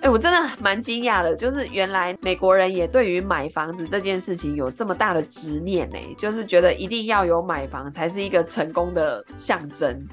我真的蛮惊讶的，就是原来美国人也对于买房子这件事情有这么大的执念呢，就是觉得一定要有买房才是一个成功的象征。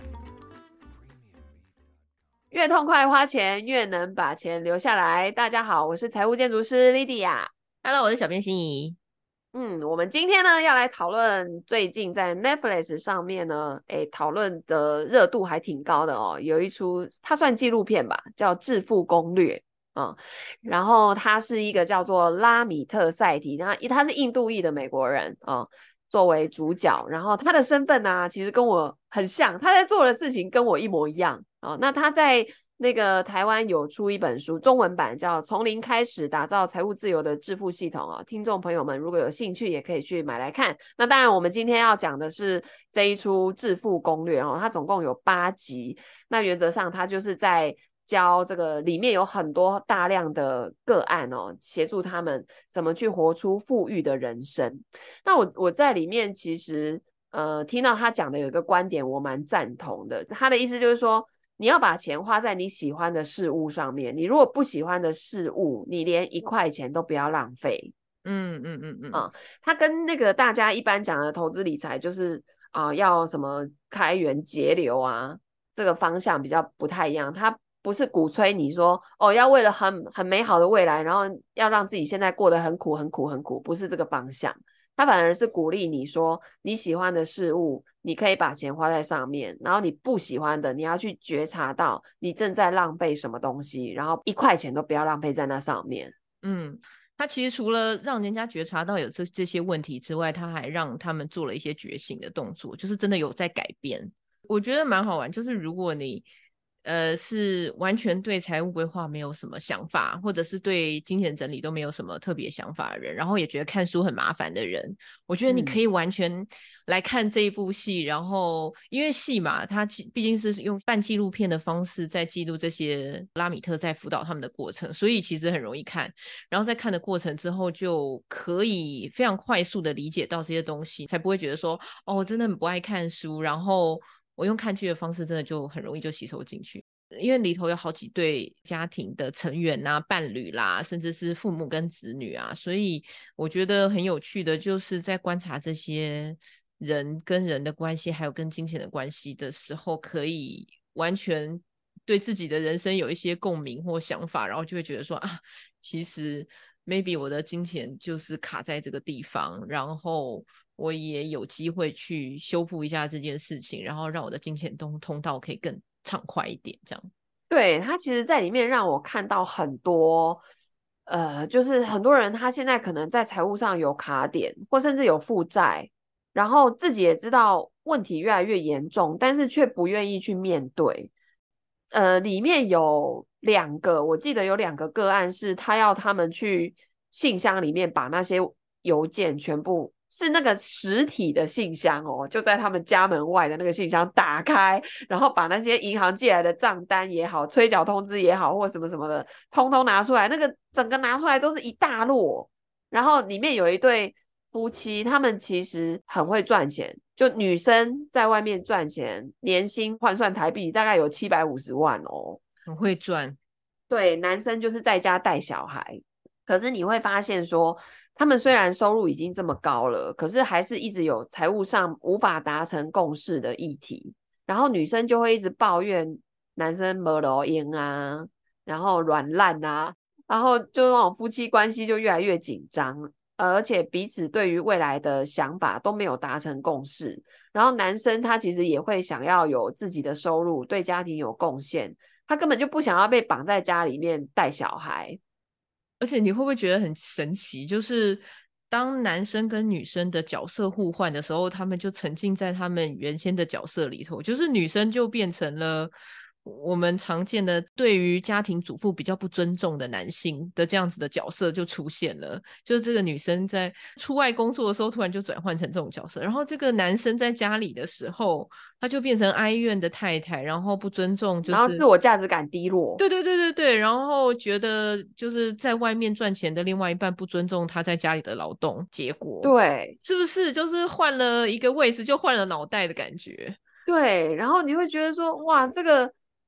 越痛快花钱，越能把钱留下来。大家好，我是财务建筑师 Lydia。 Hello，我是小编心仪。 我们今天呢要来讨论最近在 Netflix 上面呢，讨论的热度还挺高的哦。有一出它算纪录片吧，叫《致富攻略》。然后他是一个叫做拉米特赛提，他是印度裔的美国人作为主角，然后他的身份呢，其实跟我很像，他在做的事情跟我一模一样那他在那个台湾有出一本书，中文版叫《从零开始打造财务自由的致富系统》听众朋友们如果有兴趣，也可以去买来看。那当然，我们今天要讲的是这一出致富攻略它总共有8集。那原则上，它就是在教这个里面有很多大量的个案协助他们怎么去活出富裕的人生。那我在里面其实听到他讲的有一个观点，我蛮赞同的。他的意思就是说，你要把钱花在你喜欢的事物上面。你如果不喜欢的事物，你连1块钱都不要浪费。他跟那个大家一般讲的投资理财，就是要什么开源节流这个方向比较不太一样。他不是鼓吹你说要为了很美好的未来，然后要让自己现在过得很苦很苦很苦，不是这个方向。他反而是鼓励你说，你喜欢的事物，你可以把钱花在上面，然后你不喜欢的，你要去觉察到你正在浪费什么东西，然后1块钱都不要浪费在那上面。 他其实除了让人家觉察到有这些问题之外，他还让他们做了一些觉醒的动作，就是真的有在改变。我觉得蛮好玩，就是如果你是完全对财务规划没有什么想法，或者是对金钱整理都没有什么特别想法的人，然后也觉得看书很麻烦的人，我觉得你可以完全来看这一部戏。然后因为戏嘛，它毕竟是用半纪录片的方式在记录这些拉米特在辅导他们的过程，所以其实很容易看。然后在看的过程之后，就可以非常快速的理解到这些东西，才不会觉得说我真的很不爱看书，然后我用看剧的方式真的就很容易就吸收进去。因为里头有好几对家庭的成员伴侣啦，甚至是父母跟子女所以我觉得很有趣的就是在观察这些人跟人的关系，还有跟金钱的关系的时候，可以完全对自己的人生有一些共鸣或想法，然后就会觉得说其实 maybe 我的金钱就是卡在这个地方，然后我也有机会去修复一下这件事情，然后让我的金钱通道可以更畅快一点这样。 对，他其实在里面让我看到很多就是很多人他现在可能在财务上有卡点，或甚至有负债，然后自己也知道问题越来越严重，但是却不愿意去面对。里面有2个，我记得有2个个案是他要他们去信箱里面把那些邮件全部是那个实体的信箱就在他们家门外的那个信箱打开，然后把那些银行寄来的账单也好，催缴通知也好，或什么什么的，通通拿出来，那个整个拿出来都是一大摞。然后里面有一对夫妻，他们其实很会赚钱，就女生在外面赚钱，年薪换算台币大概有750万很会赚。 对，男生就是在家带小孩。可是你会发现说，他们虽然收入已经这么高了，可是还是一直有财务上无法达成共识的议题。然后女生就会一直抱怨男生没路用然后软烂然后就那种夫妻关系就越来越紧张，而且彼此对于未来的想法都没有达成共识。然后男生他其实也会想要有自己的收入，对家庭有贡献，他根本就不想要被绑在家里面带小孩。 而且你会不会觉得很神奇，就是当男生跟女生的角色互换的时候，他们就沉浸在他们原先的角色里头，就是女生就变成了我们常见的对于家庭主妇比较不尊重的男性的这样子的角色就出现了。就是这个女生在出外工作的时候突然就转换成这种角色，然后这个男生在家里的时候他就变成哀怨的太太，然后不尊重，就是然后自我价值感低落。 对对对对对，然后觉得就是在外面赚钱的另外一半不尊重他在家里的劳动，结果对是不是就是换了一个位置就换了脑袋的感觉？ 对，然后你会觉得说，哇，这个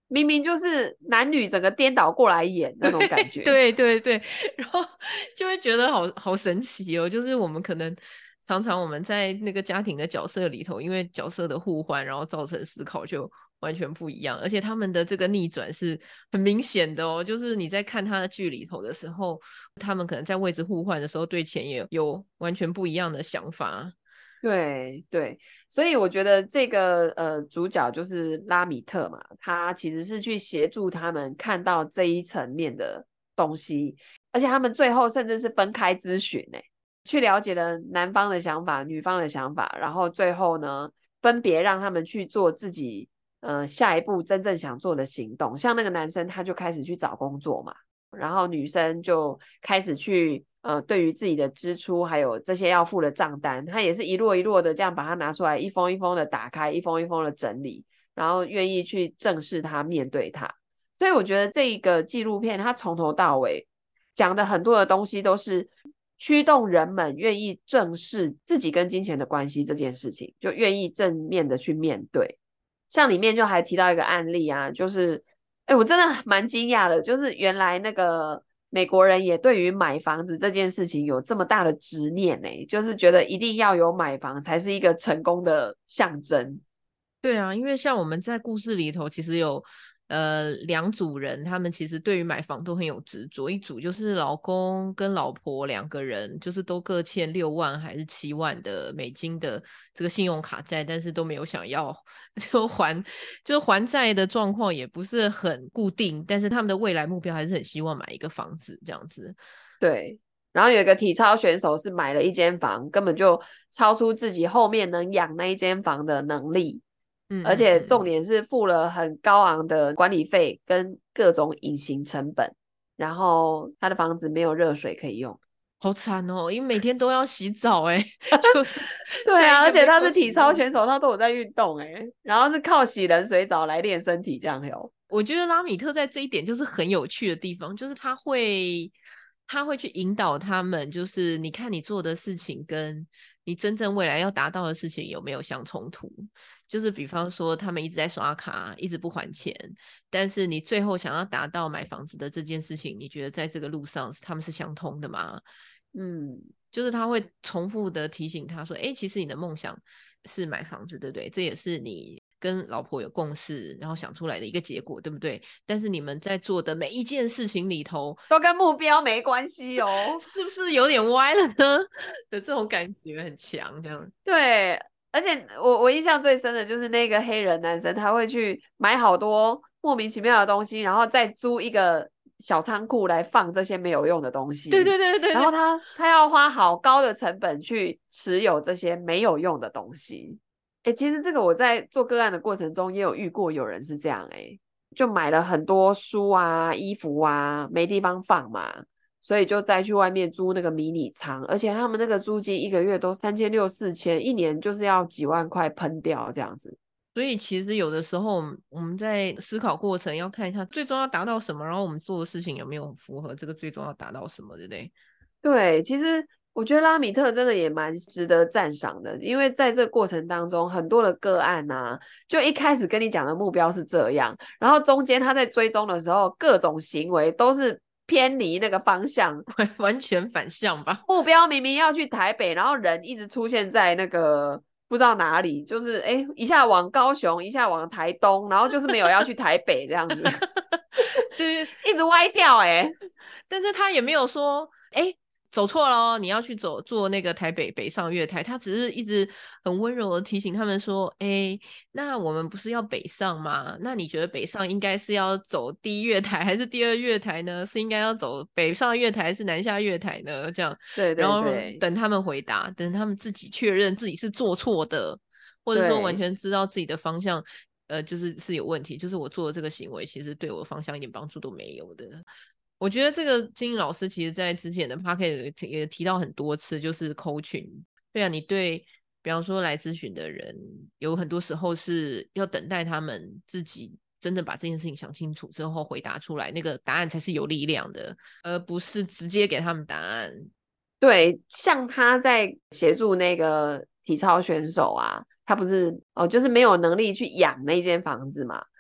明明就是男女整个颠倒过来演那种感觉。 对对对，然后就会觉得好神奇哦，就是我们可能常常我们在那个家庭的角色里头，因为角色的互换，然后造成思考就完全不一样，而且他们的这个逆转是很明显的哦，就是你在看他的剧里头的时候，他们可能在位置互换的时候，对钱也有完全不一样的想法。 对对，所以我觉得这个主角就是拉米特嘛，他其实是去协助他们看到这一层面的东西，而且他们最后甚至是分开咨询去了解了男方的想法、女方的想法，然后最后呢，分别让他们去做自己下一步真正想做的行动。像那个男生他就开始去找工作嘛，然后女生就开始去对于自己的支出还有这些要付的账单，她也是一摞一摞的这样把它拿出来，一封一封的打开，一封一封的整理，然后愿意去正视它、面对它。所以我觉得这一个纪录片它从头到尾讲的很多的东西都是驱动人们愿意正视自己跟金钱的关系这件事情，就愿意正面的去面对。像里面就还提到一个案例啊，就是我真的蛮惊讶的，就是原来那个美国人也对于买房子这件事情有这么大的执念就是觉得一定要有买房才是一个成功的象征。 对啊，因为像我们在故事里头，其实有两组人，他们其实对于买房都很有执着。一组就是老公跟老婆两个人，就是都各欠6万还是7万的美金的这个信用卡债，但是都没有想要就还债的状况也不是很固定，但是他们的未来目标还是很希望买一个房子这样子。 对，然后有一个体操选手是买了一间房，根本就超出自己后面能养那一间房的能力。而且重点是付了很高昂的管理费跟各种隐形成本，然后他的房子没有热水可以用。 好惨哦，因为每天都要洗澡就是对啊，而且在一个没他是体有洗热操选手，他都有在运动然后是靠洗冷水澡来练身体这样哟。 我觉得拉米特在这一点就是很有趣的地方，就是他会去引导他们，就是你看你做的事情跟你真正未来要达到的事情有没有相冲突？就是比方说他们一直在刷卡，一直不还钱，但是你最后想要达到买房子的这件事情，你觉得在这个路上他们是相通的吗？就是他会重复的提醒他说，其实你的梦想是买房子，对不对？这也是你跟老婆有共识，然后想出来的一个结果，对不对？但是你们在做的每一件事情里头， 都跟目标没关系哦。 是不是有点歪了呢？的这种感觉很强，这样。 对，而且我印象最深的就是那个黑人男生，他会去买好多莫名其妙的东西，然后再租一个小仓库来放这些没有用的东对西。 对对对对， 然后他要花好高的成本去持有这些没有用的东西。其实这个我在做个案的过程中也有遇过有人是这样就买了很多书啊、衣服啊，没地方放嘛。所以就再去外面租那个迷你仓，而且他们那个租金一个月都3600、4000，一年就是要几万块喷掉这样子。 所以其实有的时候我们在思考过程要看一下最终要达到什么，然后我们做的事情有没有符合这个最终要达到什么，对不对？ 对，其实我觉得拉米特真的也蛮值得赞赏的，因为在这个过程当中，很多的个案啊，就一开始跟你讲的目标是这样，然后中间他在追踪的时候，各种行为都是偏离那个方向， 完全反向吧。 目标明明要去台北，然后人一直出现在那个不知道哪里，就是一下往高雄，一下往台东，然后就是没有要去台北这样子， 对， 一直歪掉但是他也没有说，走错了哦，你要去坐那个台北北上月台。他只是一直很温柔的提醒他们说，那我们不是要北上吗？那你觉得北上应该是要走第一月台还是第二月台呢？是应该要走北上月台还是南下月台呢？这样， 对然后对对等他们回答，等他们自己确认自己是做错的，或者说完对。 全知道自己的方向。就是有问题，就是我做的这个行为，其实对我的方向一点帮助都没有的。我觉得这个金英老师其实在之前的 podcast 也提到很多次，就是 coaching。对啊，你对比方说来咨询的人，有很多时候是要等待他们自己真的把这件事情想清楚之后回答出来，那个答案才是有力量的，而不是直接给他们答案。 对，像他在协助那个体操选手啊，他不是就是没有能力去养那间房子嘛，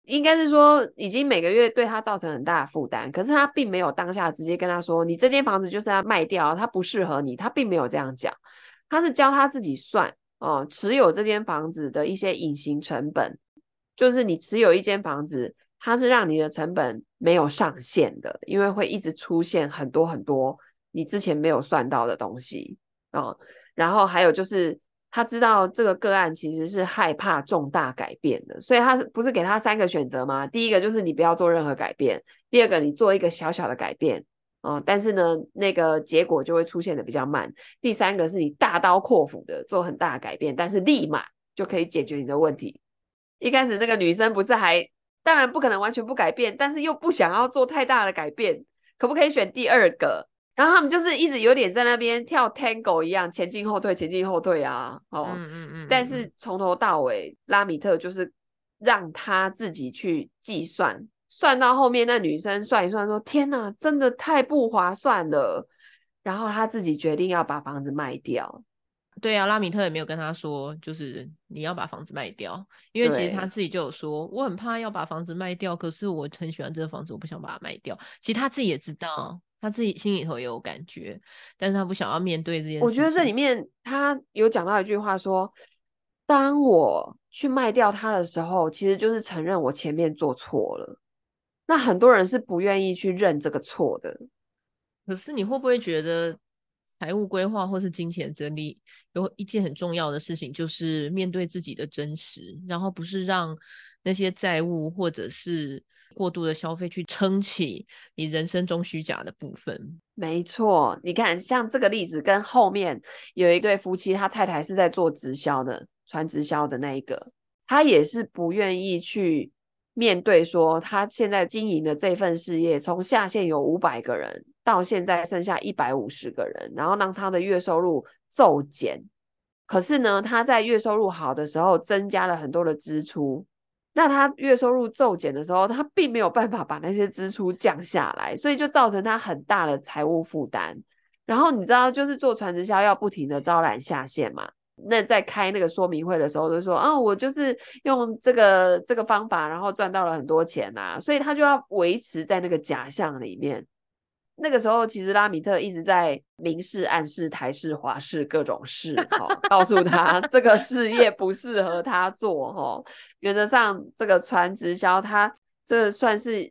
应该是说已经每个月对他造成很大的负担，可是他并没有当下直接跟他说你这间房子就是要卖掉，它不适合你，他并没有这样讲，他是教他自己算持有这间房子的一些隐形成本，就是你持有一间房子，它是让你的成本没有上限的，因为会一直出现很多很多你之前没有算到的东西然后还有就是他知道这个个案其实是害怕重大改变的，所以他不是给他3个选择吗？第一个就是你不要做任何改变，第二个你做一个小小的改变但是呢那个结果就会出现的比较慢，第三个是你大刀阔斧的做很大的改变，但是立马就可以解决你的问题。一开始那个女生不是还当然不可能完全不改变，但是又不想要做太大的改变，可不可以选第二个？然后他们就是一直有点在那边跳 Tango 一样，前进后退，前进后退啊。但是从头到尾，拉米特就是让他自己去计算，算到后面那女生算一算说：天哪，真的太不划算了。然后他自己决定要把房子卖掉。 对啊，拉米特也没有跟他说，就是你要把房子卖掉，因为其实他自己就有说，我很怕要把房子卖掉，可是我很喜欢这个房子，我不想把它卖掉。其实他自己也知道，他自己心里头也有感觉，但是他不想要面对这件事情。 我觉得这里面他有讲到一句话说，当我去卖掉它的时候，其实就是承认我前面做错了。那很多人是不愿意去认这个错的。 可是你会不会觉得财务规划或是金钱整理有一件很重要的事情，就是面对自己的真实，然后不是让那些债务或者是过度的消费去撑起你人生中虚假的部分。 没错，你看像这个例子跟后面有一对夫妻，他太太是在做直销的，传直销的那一个，他也是不愿意去面对说他现在经营的这份事业，从下线有500个人到现在剩下150个人，然后让他的月收入骤减。可是呢，他在月收入好的时候增加了很多的支出，那他月收入骤减的时候，他并没有办法把那些支出降下来，所以就造成他很大的财务负担。然后你知道，就是做传直销要不停的招揽下线嘛。那在开那个说明会的时候，就说我就是用这个方法，然后赚到了很多钱所以他就要维持在那个假象里面。那个时候，其实拉米特一直在明示、暗示、台式、华式各种事告诉他这个事业不适合他做原则上，这个传直销，它这算是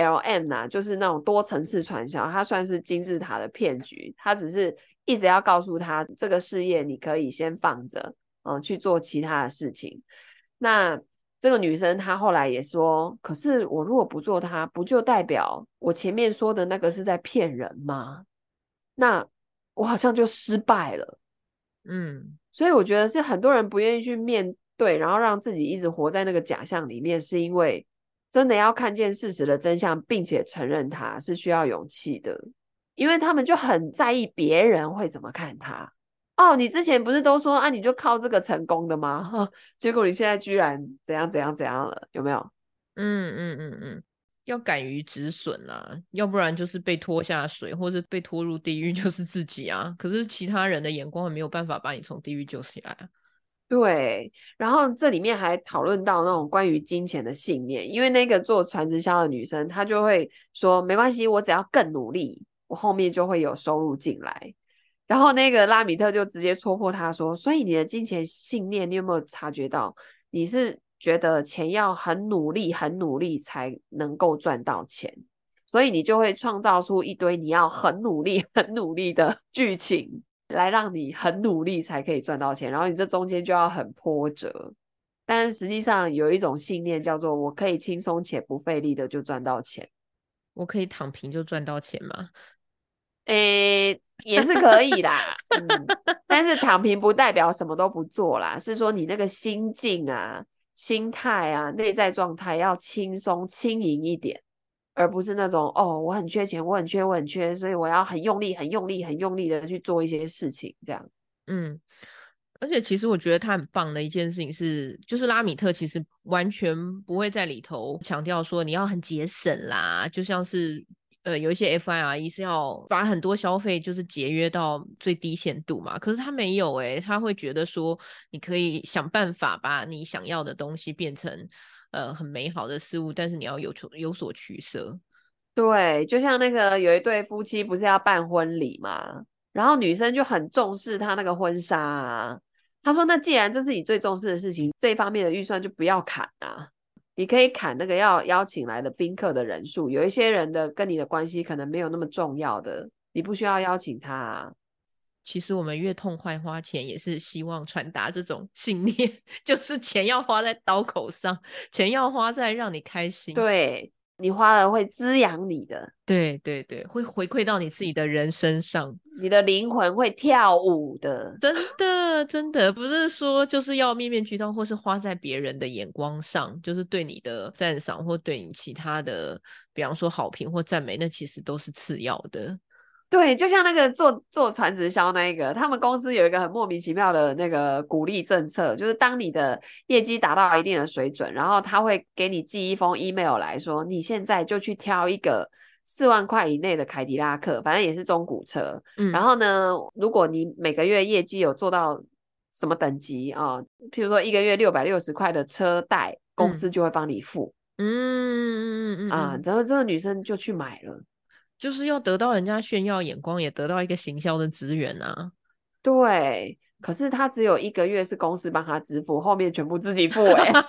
MLM 就是那种多层次传销，它算是金字塔的骗局。它只是一直要告诉他，这个事业你可以先放着去做其他的事情。那这个女生她后来也说，可是我如果不做它，不就代表我前面说的那个是在骗人吗？那我好像就失败了。所以我觉得是很多人不愿意去面对，然后让自己一直活在那个假象里面，是因为真的要看见事实的真相，并且承认它是需要勇气的，因为他们就很在意别人会怎么看他。你之前不是都说你就靠这个成功的吗？结果你现在居然怎样怎样怎样了，有没有？ 要敢于止损啊，要不然就是被拖下水，或是被拖入地狱，就是自己啊。可是其他人的眼光也没有办法把你从地狱救起来啊。 对，然后这里面还讨论到那种关于金钱的信念，因为那个做传直销的女生，她就会说没关系，我只要更努力，我后面就会有收入进来。然后那个拉米特就直接戳破她说，所以你的金钱信念，你有没有察觉到？你是觉得钱要很努力、很努力才能够赚到钱，所以你就会创造出一堆你要很努力、很努力的剧情。来让你很努力才可以赚到钱，然后你这中间就要很波折。但是实际上有一种信念叫做我可以轻松且不费力的就赚到钱。 我可以躺平就赚到钱吗？ 也是可以啦但是躺平不代表什么都不做啦，是说你那个心境心态内在状态要轻松轻盈一点，而不是那种我很缺钱，我很缺，我很缺，所以我要很用力、很用力、很用力的去做一些事情，这样。 而且其实我觉得他很棒的一件事情是，就是拉米特其实完全不会在里头强调说你要很节省啦，就像是有一些 FIRE 是要把很多消费就是节约到最低限度嘛，可是他没有他会觉得说你可以想办法把你想要的东西变成很美好的事物，但是你要有所取舍。 对，就像那个有一对夫妻不是要办婚礼嘛，然后女生就很重视她那个婚纱啊。她说：“那既然这是你最重视的事情，这一方面的预算就不要砍啊，你可以砍那个要邀请来的宾客的人数。有一些人的跟你的关系可能没有那么重要的，你不需要邀请他啊。” 其实我们越痛快花钱，也是希望传达这种信念，就是钱要花在刀口上，钱要花在让你开心。 对，你花了会滋养你的， 对对对，会回馈到你自己的人身上。 你的灵魂会跳舞的。 真的真的不是说就是要面面俱到，或是花在别人的眼光上，就是对你的赞赏或对你其他的，比方说好评或赞美，那其实都是次要的。 对，就像那个做传直销那一个，他们公司有一个很莫名其妙的那个鼓励政策，就是当你的业绩达到一定的水准，然后他会给你寄一封 email 来说，你现在就去挑一个4万块以内的凯迪拉克，反正也是中古车。然后呢，如果你每个月业绩有做到什么等级啊，譬如说一个月660块的车贷，公司就会帮你付。然后这个女生就去买了。 就是要得到人家炫耀眼光，也得到一个行销的资源啊。 对，可是他只有一个月是公司帮他支付，后面全部自己付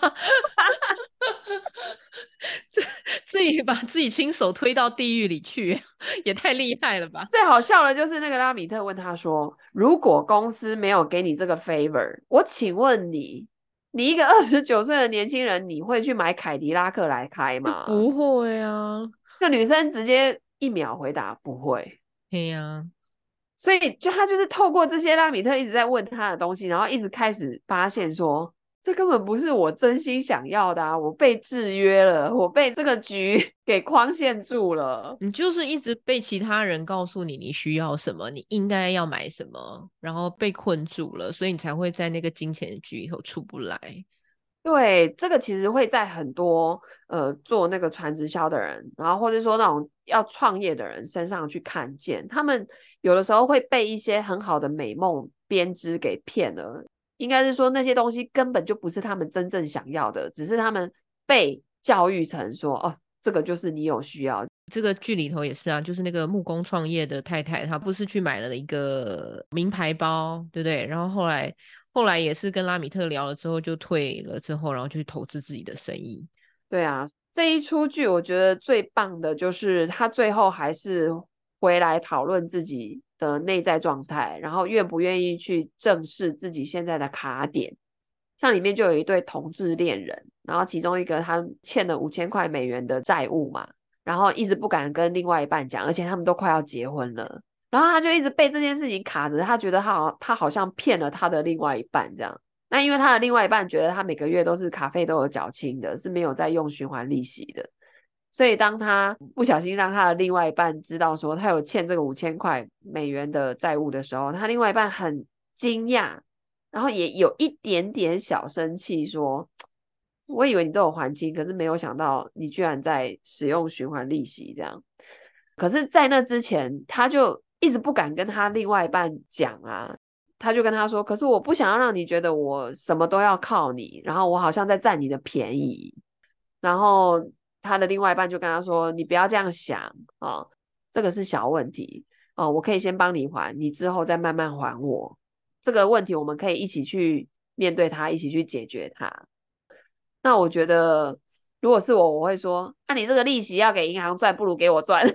自己把自己亲手推到地狱里去，也太厉害了吧。 最好笑的就是那个拉米特问他说：“如果公司没有给你这个 favor，我请问你，你一个29岁的年轻人，你会去买凯迪拉克来开吗？” 不会啊。 这个女生直接1秒回答不会。 对呀。 所以他就是透过这些拉米特一直在问他的东西，然后一直开始发现说，这根本不是我真心想要的啊！我被制约了，我被这个局给框限住了。 你就是一直被其他人告诉你你需要什么，你应该要买什么，然后被困住了，所以你才会在那个金钱的局里头出不来。 对，这个其实会在很多做那个传直销的人，然后或者说那种要创业的人身上去看见，他们有的时候会被一些很好的美梦编织给骗了。应该是说那些东西根本就不是他们真正想要的，只是他们被教育成说，哦，这个就是你有需要。 这个剧里头也是啊，就是那个木工创业的太太，她不是去买了一个名牌包，对不对？然后后来也是跟拉米特聊了之后就退了之后，然后就去投资自己的生意。 对啊，这一出剧我觉得最棒的就是他最后还是回来讨论自己的内在状态，然后愿不愿意去正视自己现在的卡点。像里面就有一对同志恋人，然后其中一个他欠了5000块美元的债务嘛，然后一直不敢跟另外一半讲，而且他们都快要结婚了，然后他就一直被这件事情卡着，他觉得他好像骗了他的另外一半这样。那因为他的另外一半觉得他每个月都是卡费都有缴清的，是没有在用循环利息的，所以当他不小心让他的另外一半知道说他有欠这个5000块美元的债务的时候，他另外一半很惊讶，然后也有一点点小生气说，我以为你都有还清，可是没有想到你居然在使用循环利息这样。可是在那之前他就一直不敢跟他另外一半讲啊，他就跟他说，可是我不想要让你觉得我什么都要靠你，然后我好像在占你的便宜。然后他的另外一半就跟他说，你不要这样想啊，这个是小问题哦，我可以先帮你还，你之后再慢慢还我。这个问题我们可以一起去面对它，一起去解决它。那我觉得如果是我会说，那你这个利息要给银行赚，不如给我赚。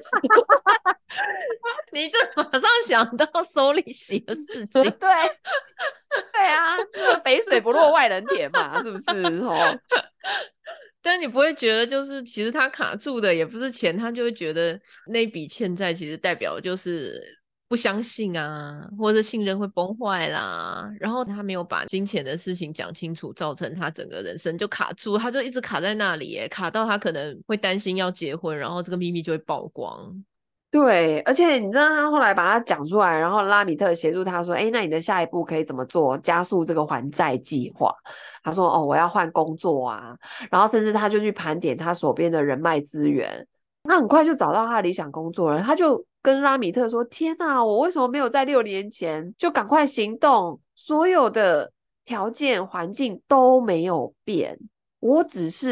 你就马上想到收利息的事情。 对对啊，这个肥水不落外人田嘛，是不是哦？ 但你不会觉得，就是其实他卡住的也不是钱，他就会觉得那笔欠债其实代表就是不相信啊，或者信任会崩坏啦。然后他没有把金钱的事情讲清楚，造成他整个人生就卡住，他就一直卡在那里耶，卡到他可能会担心要结婚，然后这个秘密就会曝光。 对，而且你知道他后来把它讲出来，然后拉米特协助他说：“哎，那你的下一步可以怎么做，加速这个还债计划？”他说：“哦，我要换工作啊。”然后甚至他就去盘点他手边的人脉资源，他很快就找到他的理想工作了。他就跟拉米特说：“天哪，我为什么没有在6年前就赶快行动？所有的条件环境都没有变，我只是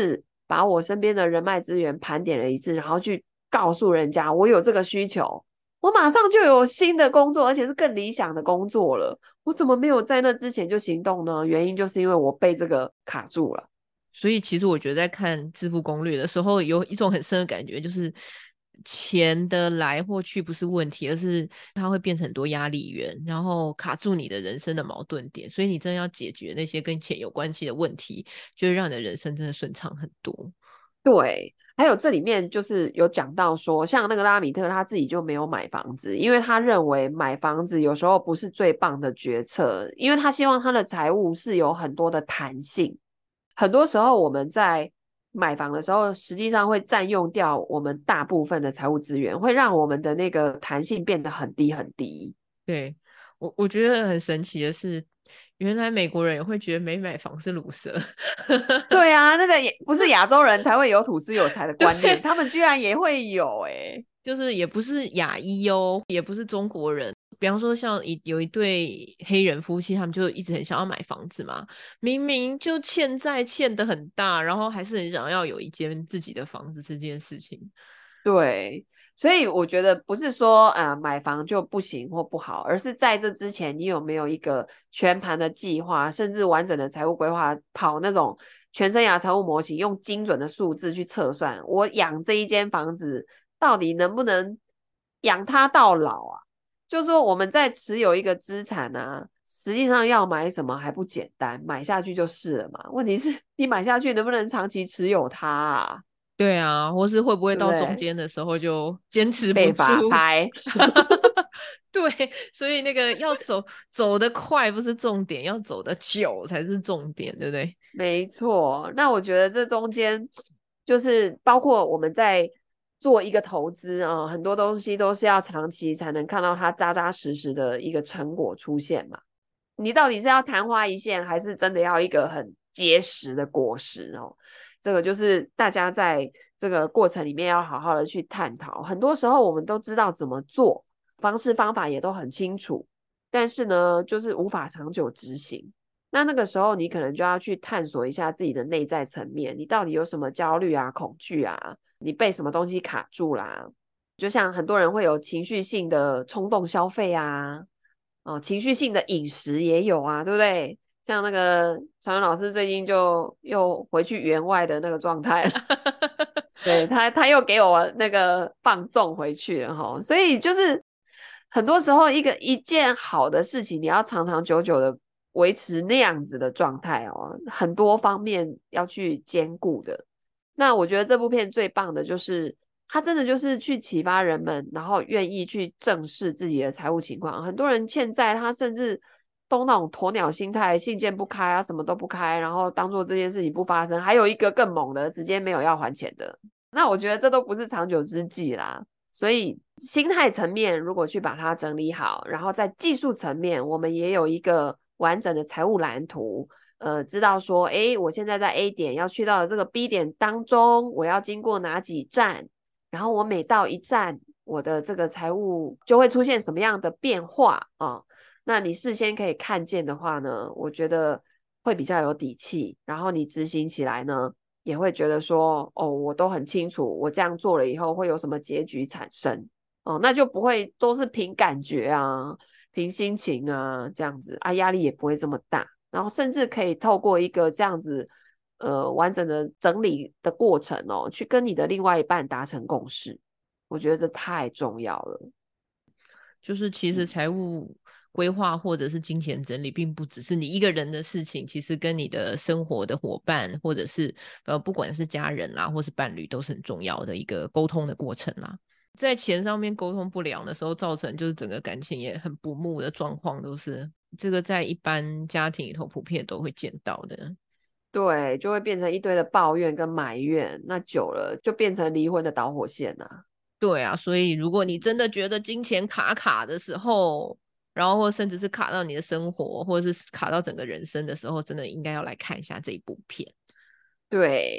把我身边的人脉资源盘点了一次，然后去告诉人家我有这个需求，我马上就有新的工作，而且是更理想的工作了。我怎么没有在那之前就行动呢？原因就是因为我被这个卡住了。 所以其实我觉得在看《致富攻略》的时候，有一种很深的感觉，就是钱的来或去不是问题，而是它会变成很多压力源，然后卡住你的人生的矛盾点。所以你真的要解决那些跟钱有关系的问题，就会让你的人生真的顺畅很多。 对，还有这里面就是有讲到说，像那个拉米特他自己就没有买房子，因为他认为买房子有时候不是最棒的决策，因为他希望他的财务是有很多的弹性。很多时候我们在买房的时候，实际上会占用掉我们大部分的财务资源，会让我们的那个弹性变得很低很低。 对，我觉得很神奇的是，原来美国人也会觉得没买房是鲁蛇。 对啊，那个也不是亚洲人才会有土斯有财的观念， 对， 他们居然也会有就是也不是亚裔哦，也不是中国人。比方说，像有一对黑人夫妻，他们就一直很想要买房子嘛，明明就欠债欠得很大，然后还是很想要有一间自己的房子这件事情。 对，所以我觉得不是说买房就不行或不好，而是在这之前你有没有一个全盘的计划，甚至完整的财务规划，跑那种全生涯财务模型，用精准的数字去测算，我养这一间房子到底能不能养它到老啊？就是说我们在持有一个资产啊，实际上要买什么还不简单，买下去就是了嘛。问题是你买下去能不能长期持有它啊？ 对啊，或是会不会对不到中对？ 间的时候就坚持不被住？ 法拍。 对，所以那个要走得快不是重点，要走得久才是重点，对不对？ 没错，那我觉得这中间就是包括我们在做一个投资啊，很多东西都是要长期才能看到它扎扎实实的一个成果出现嘛。你到底是要昙花一现，还是真的要一个很结实的果实哦？这个就是大家在这个过程里面要好好的去探讨。很多时候我们都知道怎么做，方式方法也都很清楚，但是呢，就是无法长久执行。那个时候，你可能就要去探索一下自己的内在层面，你到底有什么焦虑啊、恐惧啊？你被什么东西卡住啦？就像很多人会有情绪性的冲动消费啊，哦，情绪性的饮食也有啊，对不对？像那个传文老师最近就又回去员外的那个状态了，对他又给我那个放纵回去了哈，所以就是很多时候一件好的事情，你要长长久久的维持那样子的状态哦，很多方面要去兼顾的。那我觉得这部片最棒的就是，它真的就是去启发人们，然后愿意去正视自己的财务情况。很多人欠债，他甚至都那种鸵鸟心态，信件不开啊，什么都不开，然后当做这件事情不发生。还有一个更猛的，直接没有要还钱的。那我觉得这都不是长久之计啦。所以心态层面如果去把它整理好，然后在技术层面，我们也有一个完整的财务蓝图。知道说，诶，我现在在 A 点要去到这个 B 点当中，我要经过哪几站，然后我每到一站，我的这个财务就会出现什么样的变化啊？那你事先可以看见的话呢，我觉得会比较有底气，然后你执行起来呢，也会觉得说，哦，我都很清楚，我这样做了以后会有什么结局产生，哦，那就不会都是凭感觉啊，凭心情啊这样子啊，压力也不会这么大。然后甚至可以透过一个这样子完整的整理的过程哦，去跟你的另外一半达成共识，我觉得这太重要了。 就是其实财务规划或者是金钱整理，并不只是你一个人的事情，其实跟你的生活的伙伴，或者是不管是家人啦，或是伴侣，都是很重要的一个沟通的过程啦。在钱上面沟通不良的时候，造成就是整个感情也很不睦的状况，都是这个在一般家庭里头普遍都会见到的。 对，就会变成一堆的抱怨跟埋怨，那久了就变成离婚的导火线啊。 对啊，所以如果你真的觉得金钱卡卡的时候，然后或甚至是卡到你的生活，或者是卡到整个人生的时候，真的应该要来看一下这一部片。 对，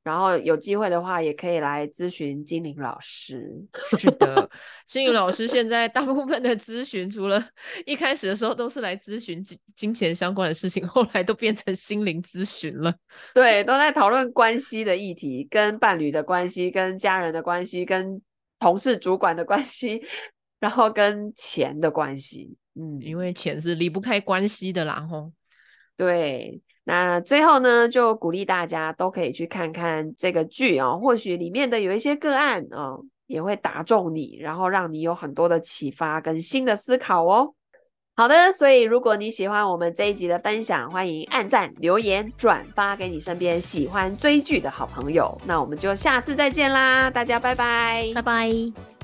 然后有机会的话也可以来咨询精灵老师。 是的，心理老师现在大部分的咨询，除了一开始的时候都是来咨询金钱相关的事情，后来都变成心灵咨询了。 对，都在讨论关系的议题，跟伴侣的关系，跟家人的关系，跟同事主管的关系，然后跟钱的关系。 因为钱是离不开关系的啦吼。 对，那最后呢，就鼓励大家都可以去看看这个剧哦，或许里面的有一些个案哦，也会打中你，然后让你有很多的启发跟新的思考哦。好的，所以如果你喜欢我们这一集的分享，欢迎按赞、留言、转发给你身边喜欢追剧的好朋友。那我们就下次再见啦，大家拜拜， 拜拜。